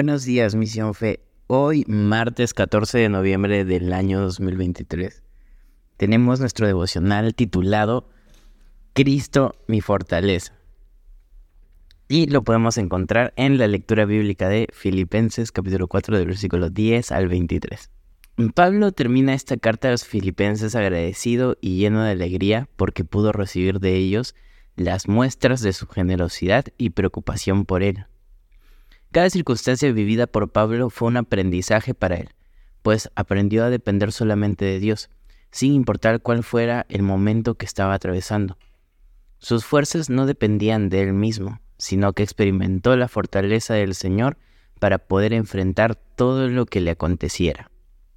Buenos días, Misión Fe. Hoy, martes 14 de noviembre del año 2023, tenemos nuestro devocional titulado Cristo, mi fortaleza. Y lo podemos encontrar en la lectura bíblica de Filipenses, capítulo 4, del versículo 10 al 23. Pablo termina esta carta a los filipenses agradecido y lleno de alegría porque pudo recibir de ellos las muestras de su generosidad y preocupación por él. Cada circunstancia vivida por Pablo fue un aprendizaje para él, pues aprendió a depender solamente de Dios, sin importar cuál fuera el momento que estaba atravesando. Sus fuerzas no dependían de él mismo, sino que experimentó la fortaleza del Señor para poder enfrentar todo lo que le aconteciera.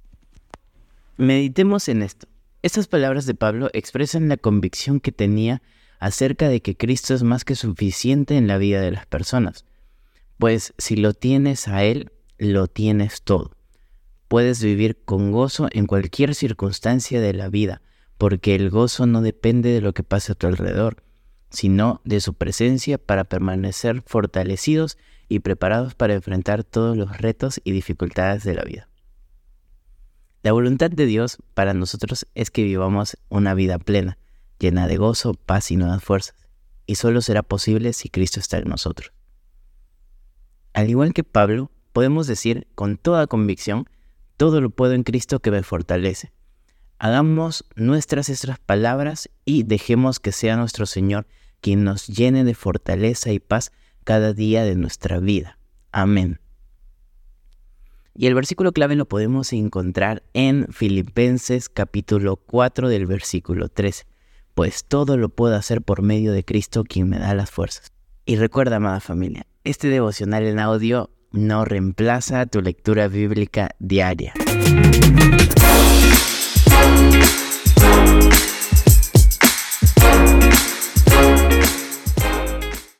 Meditemos en esto. Estas palabras de Pablo expresan la convicción que tenía acerca de que Cristo es más que suficiente en la vida de las personas. Pues si lo tienes a Él, lo tienes todo. Puedes vivir con gozo en cualquier circunstancia de la vida, porque el gozo no depende de lo que pase a tu alrededor, sino de su presencia para permanecer fortalecidos y preparados para enfrentar todos los retos y dificultades de la vida. La voluntad de Dios para nosotros es que vivamos una vida plena, llena de gozo, paz y nuevas fuerzas, y solo será posible si Cristo está en nosotros. Al igual que Pablo, podemos decir con toda convicción, todo lo puedo en Cristo que me fortalece. Hagamos nuestras estas palabras y dejemos que sea nuestro Señor quien nos llene de fortaleza y paz cada día de nuestra vida. Amén. Y el versículo clave lo podemos encontrar en Filipenses capítulo 4 del versículo 13. Pues todo lo puedo hacer por medio de Cristo quien me da las fuerzas. Y recuerda, amada familia, este devocional en audio no reemplaza tu lectura bíblica diaria.